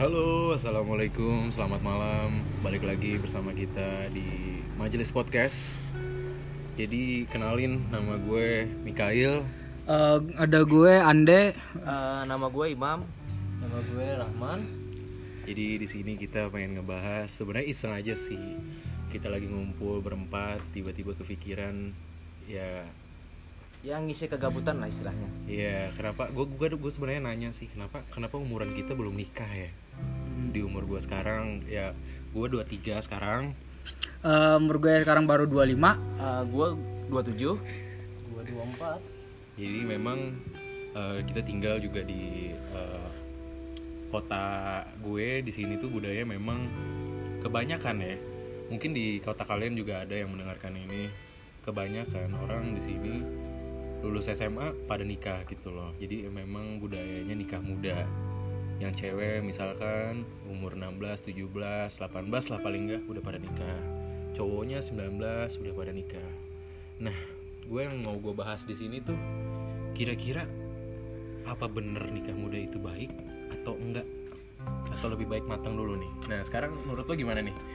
Halo, assalamualaikum, selamat malam. Balik lagi bersama kita di Majelis Podcast. Jadi kenalin, nama gue Mikail. Ada gue Ande. Nama gue Imam. Nama gue Rahman. Jadi di sini kita pengen ngebahas, sebenarnya iseng aja sih. Kita lagi ngumpul berempat, tiba-tiba kepikiran Yang ngisi kegabutan lah istilahnya. ya kenapa? Gue sebenarnya nanya sih, kenapa umuran kita belum nikah ya? Di umur gue sekarang, ya gue 23 sekarang. Umur gue sekarang baru 25. Gue 27. Gue 24. Jadi memang kita tinggal juga di kota gue. Di sini tuh budaya memang kebanyakan ya. Mungkin di kota kalian juga ada yang mendengarkan ini. Kebanyakan orang di sini lulus SMA pada nikah gitu loh. Jadi memang budayanya nikah muda. Yang cewek misalkan umur 16, 17, 18 lah paling enggak udah pada nikah. Cowoknya 19 udah pada nikah. Nah, yang mau gue bahas di sini tuh kira-kira apa bener nikah muda itu baik atau enggak? Atau lebih baik matang dulu nih. Nah, sekarang menurut lo gimana nih?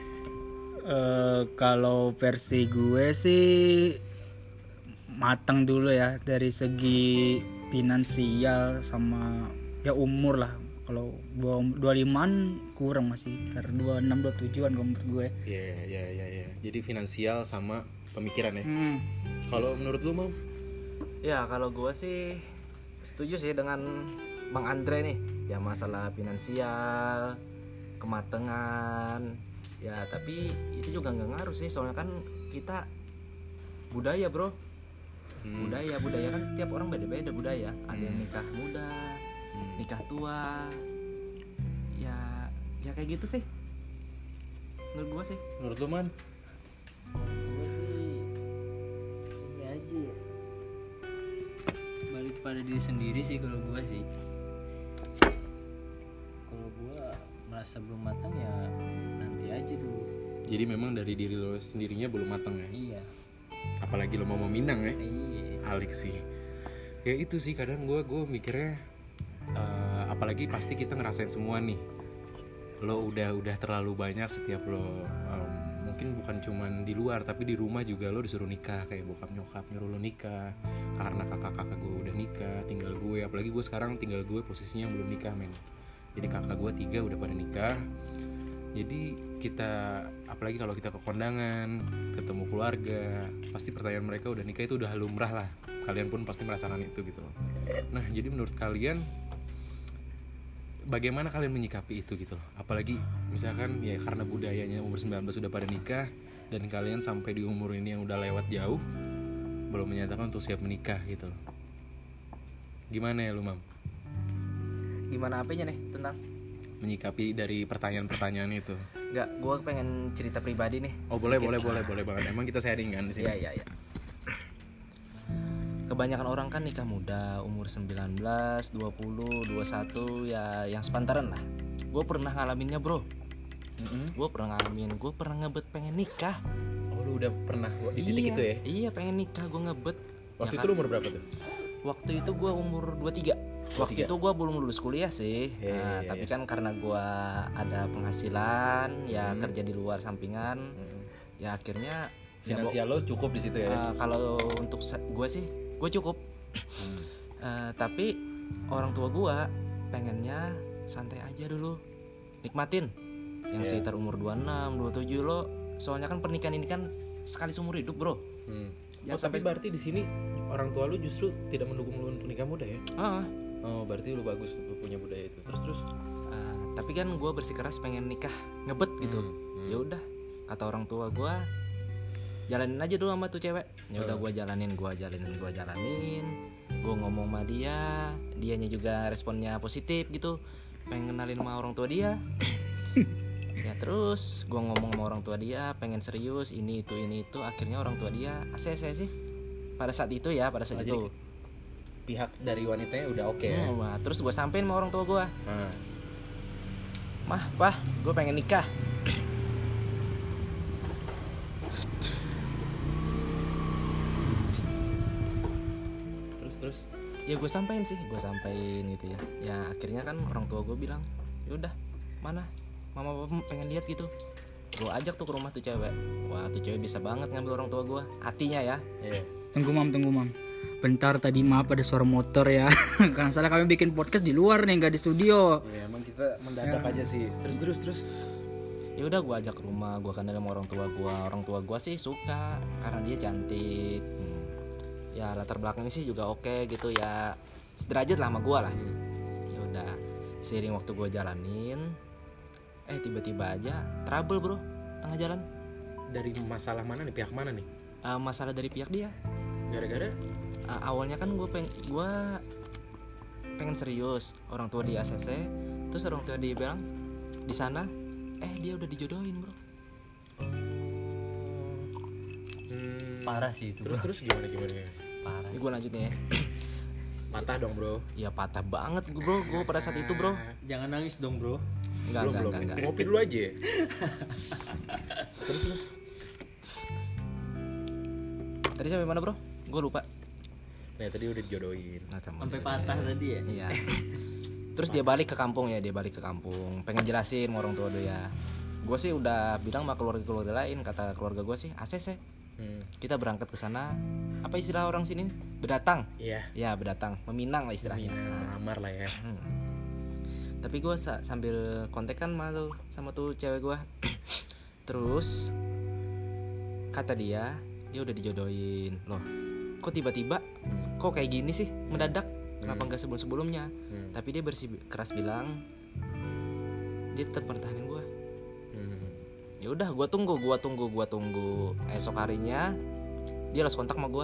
Kalau versi gue sih matang dulu ya, dari segi finansial sama ya umur lah. Kalau 25-an kurang masih, karena 26 27-an menurut gue. Ya. Jadi finansial sama pemikiran ya. Kalau menurut lu mau? Ya kalau gue sih setuju sih dengan Bang Andre nih. Ya masalah finansial, kematangan. Ya tapi itu juga nggak ngaruh sih, soalnya kan kita budaya bro. Budaya kan tiap orang beda-beda budaya. Ada yang nikah muda, nikah tua. Ya kayak gitu sih. Menurut gua sih. Menurut lu man? Gue sih ini aja ya. Balik pada diri sendiri sih kalau gue sih. Kalau gue merasa belum matang ya nanti aja dulu. Jadi memang dari diri lo sendirinya belum matang ya. Iya. Apalagi lo mau meminang ya. Iya. Alik sih. Ya itu sih kadang gue mikirnya apalagi pasti kita ngerasain semua nih. Lo udah terlalu banyak setiap lo mungkin bukan cuman di luar tapi di rumah juga lo disuruh nikah, kayak bokap nyokap nyuruh lo nikah karena kakak gue udah nikah, tinggal gue, apalagi gue sekarang tinggal gue posisinya belum nikah men. Jadi kakak gue 3 udah pada nikah. Jadi kita, apalagi kalau kita ke kondangan, ketemu keluarga, pasti pertanyaan mereka udah nikah itu udah lumrah lah. Kalian pun pasti merasakan itu gitu loh. Nah jadi menurut kalian bagaimana kalian menyikapi itu gitu loh? Apalagi misalkan ya karena budayanya umur 19 sudah pada nikah, dan kalian sampai di umur ini yang udah lewat jauh belum menyatakan untuk siap menikah gitu loh. Gimana ya lu Mam? Gimana apanya nih tentang? Menyikapi dari pertanyaan-pertanyaan itu. Enggak, gue pengen cerita pribadi nih. Oh boleh banget. Emang kita sharing kan di sini. Iya. Kebanyakan orang kan nikah muda, umur 19, 20, 21, ya yang sepantaran lah. Gue pernah ngalaminnya bro. Gue pernah ngebet pengen nikah. Oh lu udah pernah di titik itu ya? Iya pengen nikah, gue ngebet. Waktu Ya itu kan? lu umur berapa tuh? Waktu itu gue umur 23. Waktu itu gue belum lulus kuliah sih. Tapi kan karena gue ada penghasilan, ya kerja di luar sampingan, ya akhirnya Finansial lo cukup di situ ya? kalau untuk gue sih gue cukup. Tapi orang tua gue pengennya santai aja dulu, nikmatin yang sekitar umur 26, 27 lo. Soalnya kan pernikahan ini kan sekali seumur hidup bro. Tapi berarti di sini orang tua lu justru tidak mendukung lu untuk nikah muda ya? Oh berarti lu bagus lu punya budaya itu. Terus tapi kan gue bersikeras pengen nikah ngebet gitu. Ya udah kata orang tua gue, jalanin aja dulu sama tuh cewek. Ya udah gue jalanin. Gue ngomong sama dia, dianya juga responnya positif gitu, pengen kenalin sama orang tua dia. Ya terus gue ngomong sama orang tua dia, pengen serius ini itu. Akhirnya orang tua dia ACC sih pada saat itu ya, itu pihak dari wanitanya udah oke ya? Terus gue sampein sama orang tua gue, Mah, Pah, gue pengen nikah. Terus Ya gue sampein gitu ya. Ya akhirnya kan orang tua gue bilang, ya udah mana mama papa pengen lihat gitu. Gue ajak tuh ke rumah tuh cewek. Wah tuh cewek bisa banget ngambil orang tua gue, hatinya ya. Tunggu mam. Bentar, tadi maaf ada suara motor ya. Karena salah kami bikin podcast di luar nih, nggak di studio. Ya emang kita mendadak aja sih. Terus. Ya udah gue ajak ke rumah, gue kenal sama orang tua gue. Orang tua gue sih suka karena dia cantik. Ya latar belakangnya sih juga oke gitu ya, sederajat lah sama gue lah. Ya udah, seiring waktu gue jalanin, tiba-tiba aja trouble bro, tengah jalan. Dari masalah mana nih? Pihak mana nih? Masalah dari pihak dia. Gara-gara Awalnya kan gue pengen serius, orang tua dia ACC, terus orang tua dia bilang di sana dia udah dijodohin bro. Parah sih itu. Terus gimana? Parah. Ini gue lanjut nih ya. Patah dong bro. Ya patah banget bro, gue pada saat itu bro. Jangan nangis dong bro. Belum. Ngopi dulu aja. Terus. Tadi sampai mana bro? Gue lupa. Nah tadi udah dijodohin. Sampai patah tadi ya. Iya. Terus dia balik ke kampung. Pengen jelasin sama orang tua dia. Gue sih udah bilang sama keluarga lain, kata keluarga gue sih ACC. Kita berangkat ke sana. Apa istilah orang sini? Berdatang. Iya. Ya berdatang, meminang lah istilahnya. Lamar lah ya. Tapi gue sambil kontekan sama tuh cewek gue. Terus kata dia udah dijodohin. Loh, kok tiba-tiba kok kayak gini sih mendadak? Kenapa nggak sebelum-sebelumnya? Tapi dia keras bilang dia tetap pertahanin gue. Ya udah, gue tunggu. Esok harinya dia langsung kontak sama gue.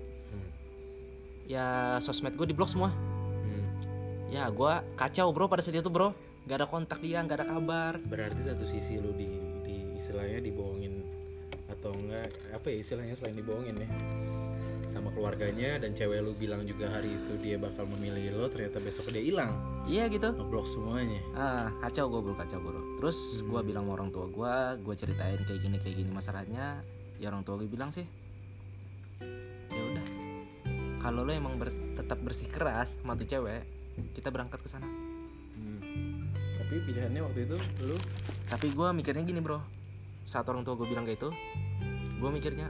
Ya sosmed gue diblok semua. Ya gue kacau bro pada saat itu bro. Gak ada kontak dia, gak ada kabar. Berarti satu sisi lu di istilahnya dibohongin, atau enggak apa ya istilahnya selain dibohongin ya, sama keluarganya, dan cewek lu bilang juga hari itu dia bakal memilih lo, ternyata besok dia hilang. Iya gitu. Ngeblok semuanya. Kacau gue bro. Terus gue bilang sama orang tua gue ceritain kayak gini masalahnya. Ya orang tua gue bilang sih, ya udah, kalau lo emang tetap bersikeras sama tuh cewek, kita berangkat ke sana. Tapi pilihannya waktu itu lu. Tapi gue mikirnya gini bro, saat orang tua gue bilang kayak itu, gue mikirnya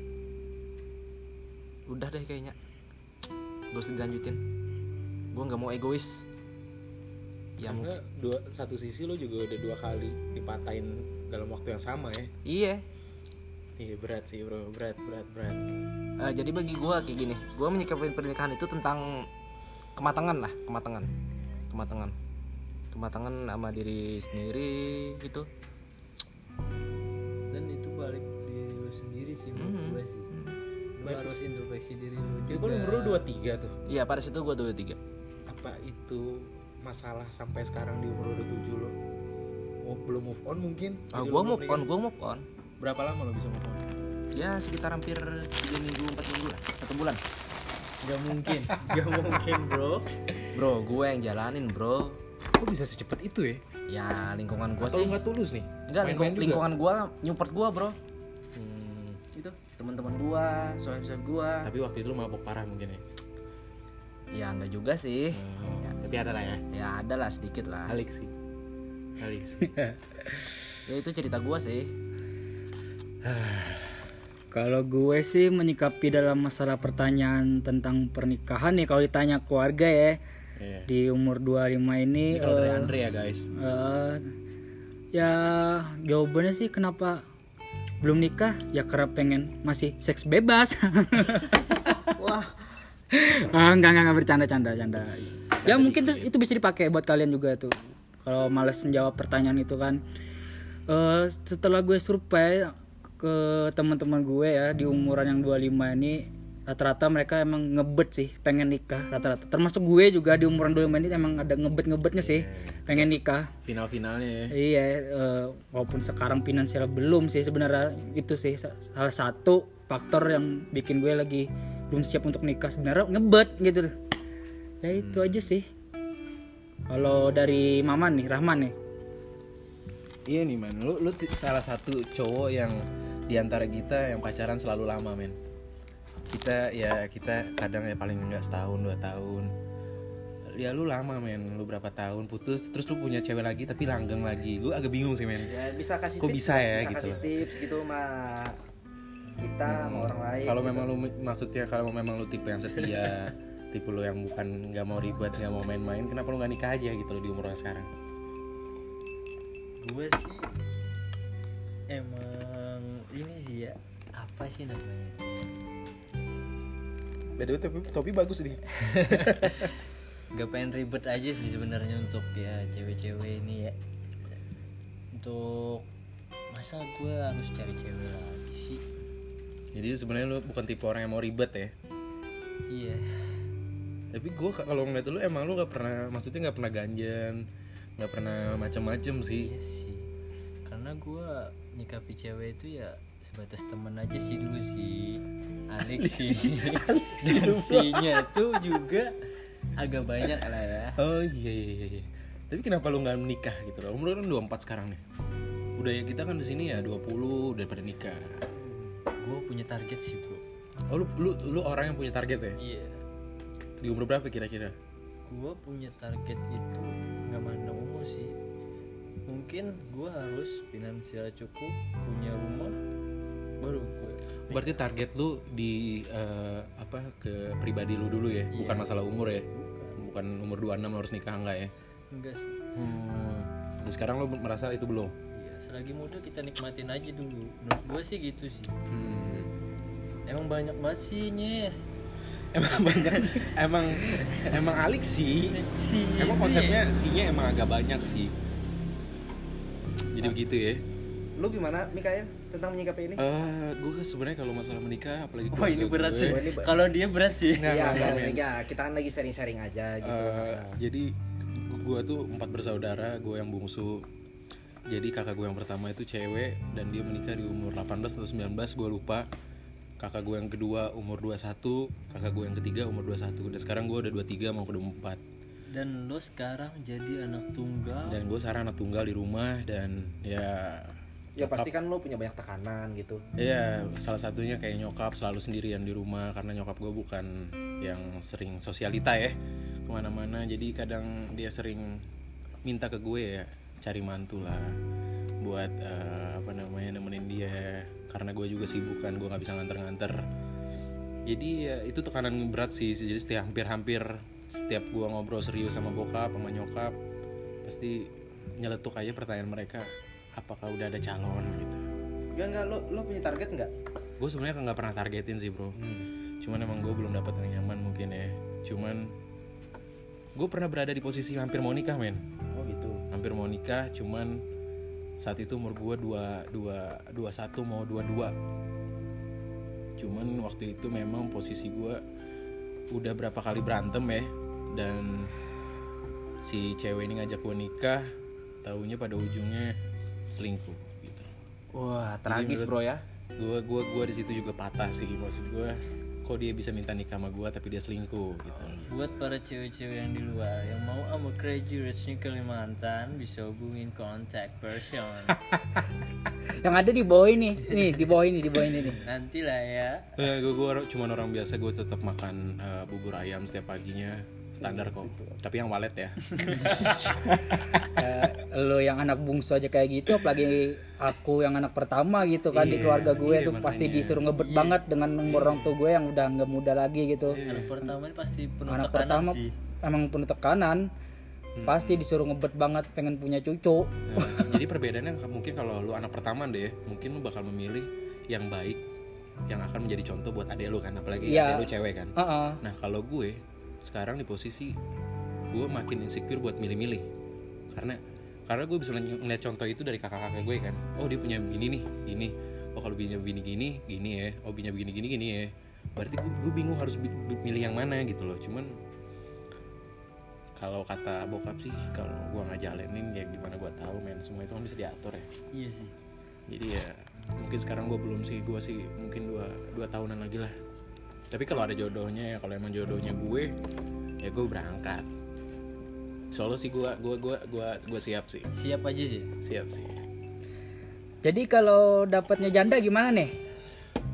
udah deh kayaknya gue harus dilanjutin. Gue nggak mau egois. Ya karena satu sisi lo juga udah 2 kali dipatahin dalam waktu yang sama ya. Iya berat sih bro, berat. Jadi bagi gue kayak gini, gue menyikapi pernikahan itu tentang kematangan sama diri sendiri gitu. Dan itu balik diri lu sendiri sih menurut gue sih. Lu harus introspeksi diri lu juga. Itu kan umur lu 23 tuh. Iya pada situ gue 23. Apa itu masalah sampai sekarang di umur 27 lo? Belum move on mungkin? Gue move on. Berapa lama lo bisa move on? Ya sekitar hampir 3 minggu 4 minggu lah, 1 bulan. Gak mungkin bro. Bro gue yang jalanin bro. Kok bisa secepat itu ya? Ya lingkungan gue Atau sih nggak tulus nih? enggak, lingkungan gue nyupport gue bro. Itu teman-teman gue, sohib-sohib gue. Tapi waktu itu lo mabok parah mungkin ya? Ya enggak juga sih. Tapi ada lah ya? Ya ada lah sedikit lah. Alik sih. Ya itu cerita gue sih. Kalau gue sih menyikapi dalam masalah pertanyaan tentang pernikahan nih, kalau ditanya keluarga ya, di umur 25 ini kalau dari Andre ya guys, ya jawabannya sih kenapa belum nikah, ya karena pengen masih seks bebas. Wah. Enggak bercanda. Ya mungkin itu bisa dipakai buat kalian juga tuh. Kalau males menjawab pertanyaan itu kan. Setelah gue survei ke teman-teman gue ya di umuran yang 25 ini, rata-rata mereka emang ngebet sih pengen nikah rata-rata. Termasuk gue juga di umuran 25 ini emang ada ngebetnya sih pengen nikah. Final-finalnya ya. Iya, walaupun sekarang finansial belum sih sebenarnya, itu sih salah satu faktor yang bikin gue lagi belum siap untuk nikah sebenarnya, ngebet gitu. Ya itu aja sih. Kalau dari Maman nih, Rahman nih. Iya nih man, lu salah satu cowok yang diantara kita yang pacaran selalu lama men. Kita kadang ya paling enggak setahun 2 tahun. ya lu lama men, lu berapa tahun putus terus lu punya cewek lagi tapi langgeng lagi. Gue agak bingung sih men. Ya bisa kasih Kok tips, bisa ya, bisa gitu kasih loh. tips gitu mah kita sama orang lain. Kalau gitu. memang lu maksudnya kalau memang lu tipe yang setia, tipe lu yang bukan nggak mau ribet, nggak mau main-main, kenapa lu nggak nikah aja gitu loh di umur lu sekarang? Gue sih emang ini sih ya, apa sih namanya, Btw topi bagus nih. gak pengen ribet aja sih sebenarnya untuk ya cewek-cewek ini ya. Untuk masa gue harus cari cewek lagi sih. Jadi sebenarnya lu bukan tipe orang yang mau ribet ya. Iya. Tapi gue kalau ngeliat lu emang lu nggak pernah, maksudnya nggak pernah ganjan, nggak pernah macem-macem sih. Iya sih. Karena gue nyikapi cewek itu ya sebatas temen aja sih dulu sih. Alik sih. Dan C-nya tuh juga agak banyak lah ya. Oh iya. Tapi kenapa lu nggak menikah gitu loh? Umur lu kan 24 sekarang nih. Udah ya kita kan di sini ya 20 udah pada nikah. Gue punya target sih bro. Oh lu orang yang punya target ya? Iya. Di umur berapa kira-kira? Gue punya target itu nggak mandang umur sih. Mungkin gue harus finansial cukup, punya rumah, baru gue. Berarti target lu di ke pribadi lu dulu ya, Iya. bukan masalah umur ya. Bukan umur 26 lu harus nikah enggak ya? Enggak sih. Dan sekarang lu merasa itu belum? Iya, selagi muda kita nikmatin aja dulu. Menurut gue sih gitu sih. Hmm. Emang banyak banget sih Nye. Emang banyak, emang alik sih. Emang konsepnya sihnya emang agak banyak sih. Jadi begitu ya. Lu gimana Mikael tentang menyikapi ini? Gue sebenarnya kalau masalah menikah apalagi Wah ini keluarga berat gue, sih. Wah, ini Kalau dia berat sih. Nggak, Iya, nggak, men. enggak, kita kan lagi sharing-sharing aja gitu. Jadi gue tuh 4 bersaudara, gue yang bungsu. Jadi kakak gue yang pertama itu cewek dan dia menikah di umur 18 atau 19, gue lupa. Kakak gue yang kedua umur 21, kakak gue yang ketiga umur 21. Dan sekarang gue udah 23 mau ke 24. Dan lo sekarang jadi anak tunggal. Dan gue sekarang anak tunggal di rumah dan ya Ya pasti kan lu punya banyak tekanan gitu. iya, salah satunya kayak nyokap selalu sendirian di rumah karena nyokap gue bukan yang sering sosialita ya kemana-mana. Jadi kadang dia sering minta ke gue ya cari mantu lah buat nemenin dia karena gue juga sibuk kan, gue nggak bisa nganter-nganter. Jadi ya itu tekanan berat sih. Jadi hampir setiap gue ngobrol serius sama bokap sama nyokap pasti nyeletuk aja pertanyaan mereka, apakah udah ada calon gitu. Enggak, lu punya target enggak? Gue sebenarnya nggak pernah targetin sih bro. Cuman emang gue belum dapat yang nyaman mungkin ya. Cuman gue pernah berada di posisi hampir mau nikah men. Oh gitu. Hampir mau nikah, cuman saat itu umur gue 21 mau 22. Cuman waktu itu memang posisi gue udah berapa kali berantem ya. Dan si cewek ini ngajak gue nikah, taunya pada ujungnya selingkuh gitu. Wah, tragis bro ya. Gue di situ juga patah sih, maksud gue kok dia bisa minta nikah sama gue tapi dia selingkuh gitu. Buat para cewek-cewek yang di luar yang mau sama Crazy Rich nih Kalimantan bisa hubungin kontak person. Yang ada di bawah ini. Nih, di bawah ini nih. Nanti lah ya. Gue cuma orang biasa, gue tetap makan bubur ayam setiap paginya standar kok. Tapi yang walet ya. Lo yang anak bungsu aja kayak gitu, apalagi aku yang anak pertama gitu kan di keluarga gue tuh pasti makanya. disuruh ngebet banget dengan umur orang tua gue yang udah nggak muda lagi gitu. Anak pertama ini pasti penuh Anak tekanan pertama sih. emang penuh tekanan. Pasti disuruh ngebet banget pengen punya cucu. Jadi perbedaannya mungkin kalau lu anak pertama deh, mungkin lu bakal memilih yang baik, yang akan menjadi contoh buat adek lu kan, apalagi Iya. adek lu cewek kan. Heeh. Nah kalau gue sekarang di posisi gue makin insecure buat milih-milih karena gue bisa ngeliat contoh itu dari kakak-kakak gue kan. Oh dia punya begini nih, ini. Oh kalau punya begini gini ya. Oh punya begini gini ya. Berarti gue bingung harus milih yang mana gitu loh. Cuman kalau kata bokap sih kalau gue nggak jalanin ya gimana gue tahu men, semua itu kan bisa diatur ya. Iya sih. Jadi ya mungkin sekarang gue belum sih, gue sih mungkin 2 tahunan lagi lah. Tapi kalau ada jodohnya, kalau emang jodohnya gue ya gue berangkat. Solo sih gue siap sih. Siap aja sih. Siap sih. Jadi kalau dapatnya janda gimana nih?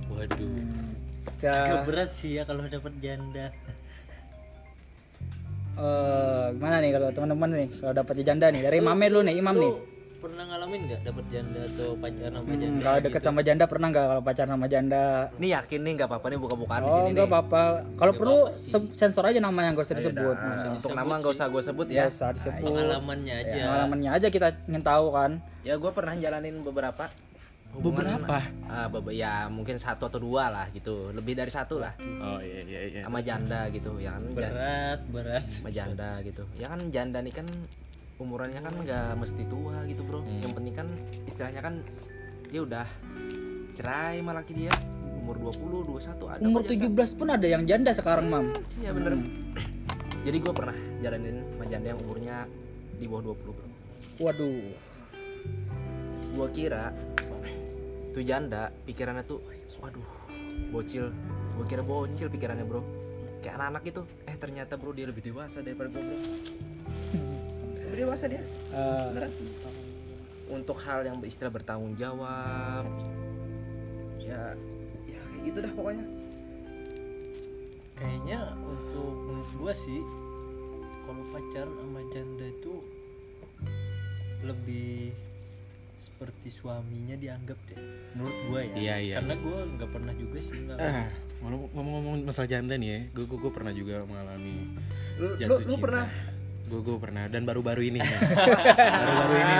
Waduh. Agak Ya, berat sih ya kalau dapat janda. Gimana nih kalau teman-teman nih kalau dapat janda nih dari Mame dulu nih, Imam nih. Pernah ngalamin nggak dapet janda atau pacaran sama janda? Kalau deket sama janda pernah nggak kalau pacaran sama janda? Ini yakin nih nggak apa-apa nih buka-bukaan di Oh sini nggak nih. apa-apa. Kalau perlu sensor aja namanya nggak usah Ayo disebut. dah, untuk nama nggak usah gue sebut ya. Nggak usah disebut. Pengalamannya aja. Ya, pengalamannya aja kita ingin tahu kan. Ya gue pernah jalanin beberapa hubungan. Ya mungkin 1 atau 2 lah gitu, lebih dari 1 lah Oh iya. sama janda gitu ya kan. Berat. Sama janda gitu ya kan. Janda nih kan umurannya kan nggak mesti tua gitu bro. Yang penting kan istilahnya kan dia udah cerai sama laki dia umur 20, 21 ada Umur kok janda. 17 pun ada yang janda sekarang, Mam. Iya bener. Jadi gue pernah jalanin sama janda yang umurnya di bawah 20 bro. Waduh. Gue kira tuh janda pikirannya tuh waduh bocil. Gue kira bocil pikirannya bro, kayak anak-anak gitu. Ternyata bro dia lebih dewasa daripada gue bro. Lebih dewasa dia beneran. Untuk hal yang beristilah bertanggung jawab ya kayak gitu dah pokoknya. Kayaknya untuk menurut gua sih kalau pacaran sama janda itu lebih seperti suaminya dianggap deh menurut gua ya. Iya. Karena gua nggak pernah juga sih Ngomong-ngomong masalah janda nih ya, gue pernah juga mengalami Lu jatuh cinta. pernah? Gue pernah, dan baru-baru ini men. baru-baru ini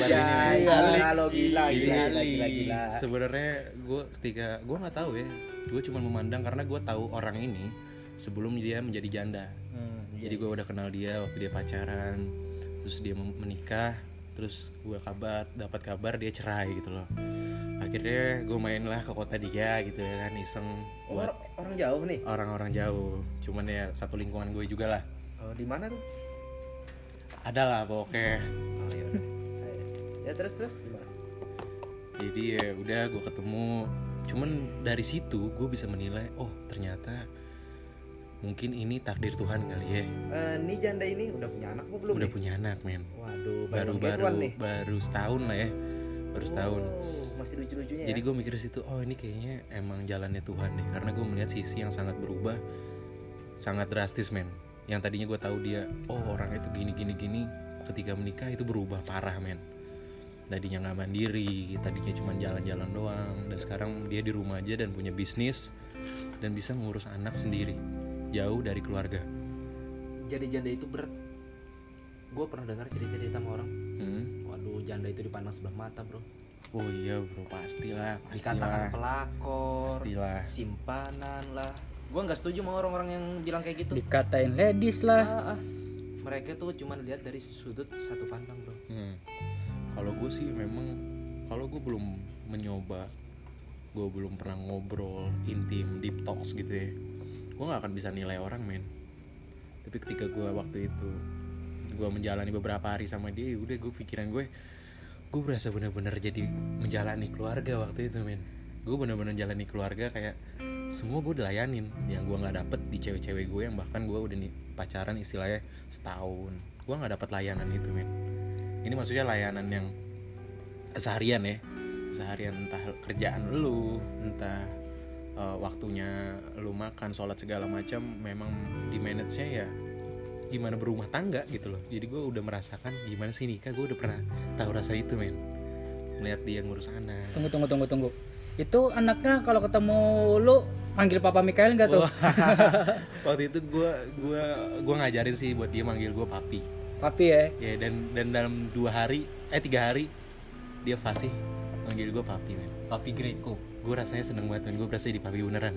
men. Gila. Sebenarnya gue ketika gue nggak tahu ya, gue cuma memandang karena gue tahu orang ini sebelum dia menjadi janda. Jadi gue udah kenal dia waktu dia pacaran, terus dia menikah, terus gue dapat kabar dia cerai gitu loh. Akhirnya gue mainlah ke kota dia gitu ya kan, iseng buat Orang jauh nih. orang-orang jauh, cuman ya satu lingkungan gue juga lah. Di mana tuh? Ada lah pokoknya. Ya udah. Ya terus gimana? Jadi ya udah gue ketemu, cuman dari situ gue bisa menilai, oh ternyata mungkin ini takdir Tuhan kali ya. Nih janda ini udah punya anak apa belum? Udah nih? punya anak men. Waduh, baru setahun lah ya, baru setahun. Masih lucu-lucunya. Jadi gue mikir situ, oh ini kayaknya emang jalannya Tuhan deh, karena gue melihat sisi yang sangat berubah, sangat drastis men. Yang tadinya gue tahu dia, oh orangnya tuh gini, ketika menikah itu berubah parah men. Tadinya nggak mandiri, tadinya cuma jalan-jalan doang, dan sekarang dia di rumah aja dan punya bisnis dan bisa ngurus anak sendiri, jauh dari keluarga. Jadi janda itu berat. Gue pernah dengar cerita-cerita sama orang. Waduh, janda itu dipandang sebelah mata bro. Oh iya bro, pastilah. Dikatakan pelakor, Pastilah. simpanan lah. Gue nggak setuju sama orang-orang yang bilang kayak gitu. Dikatain ladies lah. Mereka tuh cuma lihat dari sudut satu pandang bro. Kalau gue sih memang, kalau gue belum mencoba, gue belum pernah ngobrol intim, deep talks gitu ya, gue nggak akan bisa nilai orang men. Tapi ketika gue waktu itu gue menjalani beberapa hari sama dia, udah gue pikiran gue berasa benar-benar jadi menjalani keluarga waktu itu men. Gue benar-benar jalani keluarga, kayak semua gue dilayanin yang gue nggak dapet di cewek-cewek gue yang bahkan gue udah nih pacaran istilahnya setahun, gue nggak dapet layanan itu men. Ini maksudnya layanan yang keseharian ya, keseharian, entah kerjaan lu, entah waktunya lu makan, sholat segala macam, memang di manage-nya ya gimana berumah tangga gitu loh. Jadi gue udah merasakan gimana sih nikah, gue udah pernah tahu rasa itu men, melihat dia ngurus anak. Tunggu. Itu anaknya kalau ketemu lu manggil Papa Mikael nggak tuh? Waktu itu gue ngajarin sih buat dia manggil gue papi. Papi ya. Ya dan dalam 3 hari dia fasih manggil gue papi men. Papi Greco. Gue rasanya seneng banget men, gue berasa di papi beneran.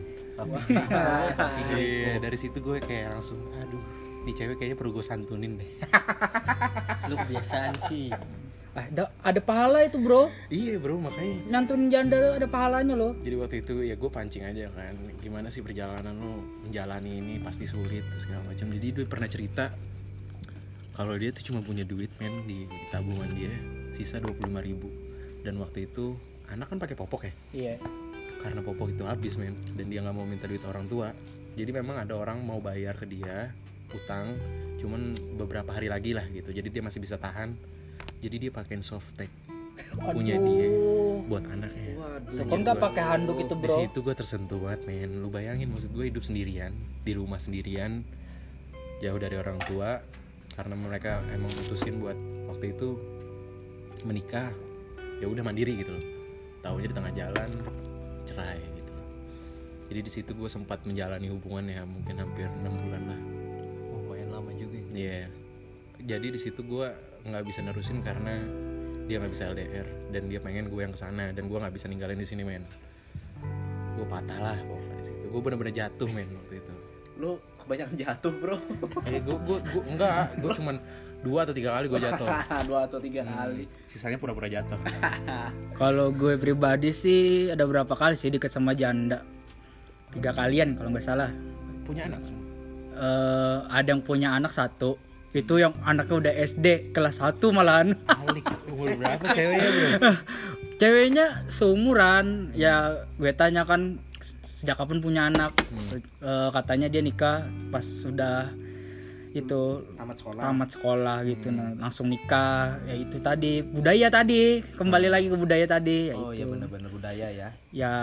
Iya, dari situ gue kayak langsung, aduh, nih cewek kayaknya perlu gue santunin deh. Lu kebiasaan sih. Ada pahala itu bro. Iya bro, makanya Nantunin janda tuh ada pahalanya loh. jadi waktu itu ya gue pancing aja kan, gimana sih perjalanan lo menjalani ini, pasti sulit segala macam. Jadi dia pernah cerita kalau dia tuh cuma punya duit men di tabungan dia sisa 25.000, dan waktu itu anak kan pakai popok ya. Iya. Karena popok itu habis men, dan dia nggak mau minta duit orang tua, jadi memang ada orang mau bayar ke dia utang, cuman beberapa hari lagi lah gitu, jadi dia masih bisa tahan. Jadi dia pakein softtek punya dia buat anaknya. Kok nggak pakai handuk itu Di bro? situ gue tersentuh banget men. Lu bayangin, maksud gue hidup sendirian di rumah sendirian, jauh dari orang tua karena mereka emang mutusin buat waktu itu menikah, ya udah mandiri gitu loh. Taunya di tengah jalan cerai gitu loh. Jadi di situ gue sempat menjalani hubungan ya mungkin hampir 6 bulan lah. Oh, lumayan lama juga ya. Iya. Jadi di situ gue nggak bisa nerusin karena dia nggak bisa LDR dan dia pengen gue yang kesana dan gue nggak bisa ninggalin di sini men. Gue patah lah pokoknya di situ. Gue bener-bener jatuh men waktu itu. Lu kebanyakan jatuh bro. Gue enggak, gue cuman 2 atau 3 kali gue jatuh. 2 atau 3 kali. Sisanya pura-pura jatuh. Kalau gue pribadi sih ada berapa kali sih deket sama janda, 3 kalian kalau nggak salah. Punya anak semua. Ada yang punya anak 1, itu yang anaknya udah SD kelas 1 malahan. Alik, umur berapa ceweknya bro? Ceweknya seumuran, ya gue tanya kan sejak kapan punya anak. Katanya dia nikah pas sudah itu tamat sekolah gitu. Nah, langsung nikah. Ya itu tadi budaya tadi, kembali lagi ke budaya tadi ya. Oh itu. iya benar-benar budaya ya. Ya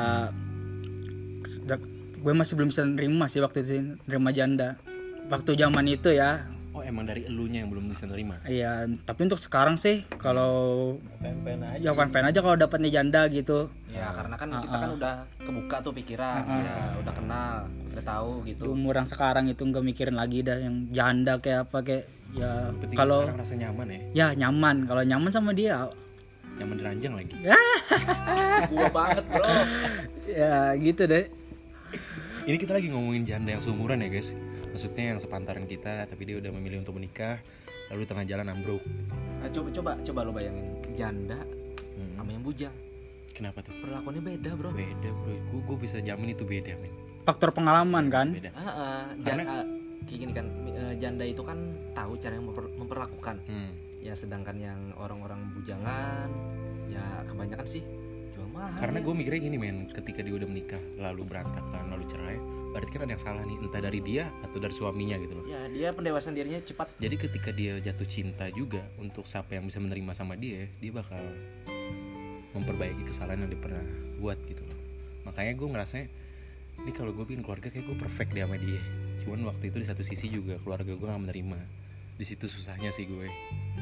gue masih belum bisa nerima sih waktu itu, nerima janda waktu zaman itu ya. Oh emang dari elunya yang belum bisa nerima? Iya, tapi untuk sekarang sih kalau Pen-pen aja. ya fan aja kalau dapatnya janda gitu. Ya karena kan kita kan udah kebuka tuh pikiran, ya udah kenal, udah tahu Di gitu. umur yang sekarang itu nggak mikirin lagi dah yang janda kayak apa kayak ya. Penting Kalau sekarang rasa nyaman ya. ya nyaman, kalau nyaman sama dia Nyaman ranjang lagi. Gua banget bro. ya gitu deh. Ini kita lagi ngomongin janda yang seumuran ya guys. Maksudnya yang sepantaran kita tapi dia udah memilih untuk menikah lalu tengah jalan ambruk. Nah, coba lo bayangin janda sama yang bujang. Kenapa tuh? Perlakuannya beda bro. Beda bro. Gue bisa jamin itu beda men. Faktor pengalaman kan. Beda. Janda kayak gini kan, janda itu kan tahu cara yang memperlakukan. Ya sedangkan yang orang-orang bujangan ya kebanyakan sih jual mahal. Karena gue mikirnya gini men, ketika dia udah menikah lalu berantakan lalu cerai, berarti kan ada yang salah nih, entah dari dia atau dari suaminya gitu loh. Ya dia pendewasaan dirinya cepat. Jadi ketika dia jatuh cinta juga untuk siapa yang bisa menerima sama dia bakal memperbaiki kesalahan yang dia pernah buat gitu loh. Makanya gue ngerasanya ini kalau gue bikin keluarga kayak gue perfect deh sama dia. Cuman waktu itu di satu sisi juga keluarga gue gak menerima. Di situ susahnya sih gue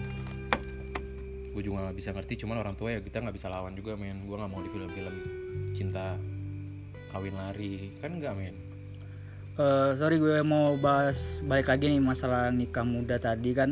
juga gak bisa ngerti. Cuman orang tua ya kita gak bisa lawan juga men. Gue gak mau di film-film cinta kawin lari kan enggak men. Sorry gue mau bahas balik lagi nih masalah nikah muda tadi kan.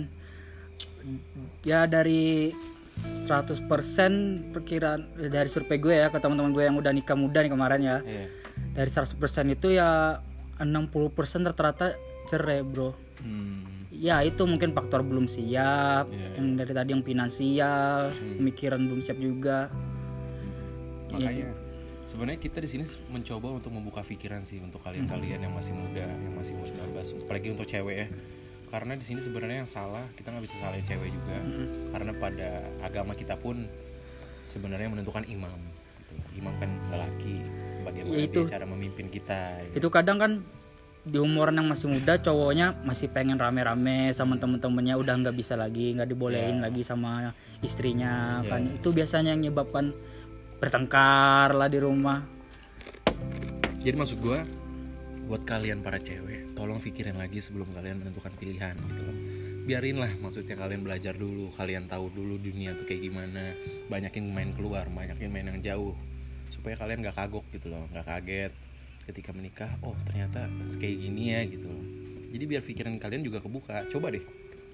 Ya dari 100% perkiraan dari survei gue ya ke teman-teman gue yang udah nikah muda nih kemarin ya. Dari 100% itu ya 60% rata-rata cerai bro. Ya itu mungkin faktor belum siap, yang dari tadi yang finansial, pemikiran belum siap juga. Makanya sebenarnya kita di sini mencoba untuk membuka pikiran sih untuk kalian-kalian yang masih muda, yang masih umur 19, apalagi untuk cewek ya. Karena di sini sebenarnya yang salah kita nggak bisa salahin cewek juga, karena pada agama kita pun sebenarnya menentukan imam. Gitu. Imam kan lelaki, bagaimana Ya itu. dia cara memimpin kita. Gitu. Itu kadang kan di umuran yang masih muda cowoknya masih pengen rame-rame sama temen-temennya, udah nggak bisa lagi, nggak dibolehin lagi sama istrinya kan. Itu biasanya yang menyebabkan bertengkar lah di rumah. Jadi maksud gue buat kalian para cewek, tolong pikirin lagi sebelum kalian menentukan pilihan gitu loh. Biarinlah maksudnya kalian belajar dulu, kalian tahu dulu dunia tuh kayak gimana, banyakin main keluar, banyakin main yang jauh supaya kalian nggak kagok gitu loh, nggak kaget ketika menikah, oh ternyata kayak gini ya gitu loh. Jadi biar pikiran kalian juga kebuka, coba deh.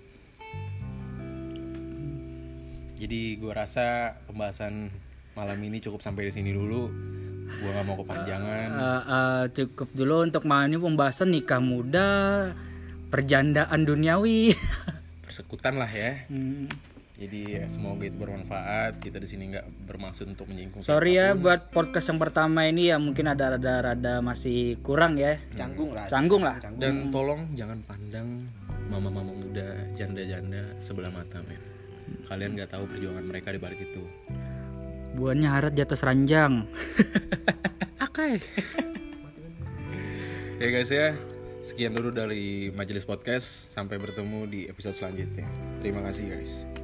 Jadi gue rasa pembahasan malam ini cukup sampai di sini dulu. Gue nggak mau kepanjangan. Cukup dulu untuk malam ini pembahasan nikah muda, perjandaan duniawi. Persekutan lah ya. Jadi ya, semoga itu bermanfaat. Kita di sini nggak bermaksud untuk menyinggung. Sorry ya buat podcast yang pertama ini ya mungkin ada rada masih kurang ya. Canggung lah. Dan tolong jangan pandang mama-mama muda, janda-janda sebelah mata men. Kalian nggak tahu perjuangan mereka di balik itu. Buahnya harat di atas ranjang. Akai. Ya guys ya, sekian dulu dari Majelis Podcast. Sampai bertemu di episode selanjutnya. Terima kasih guys.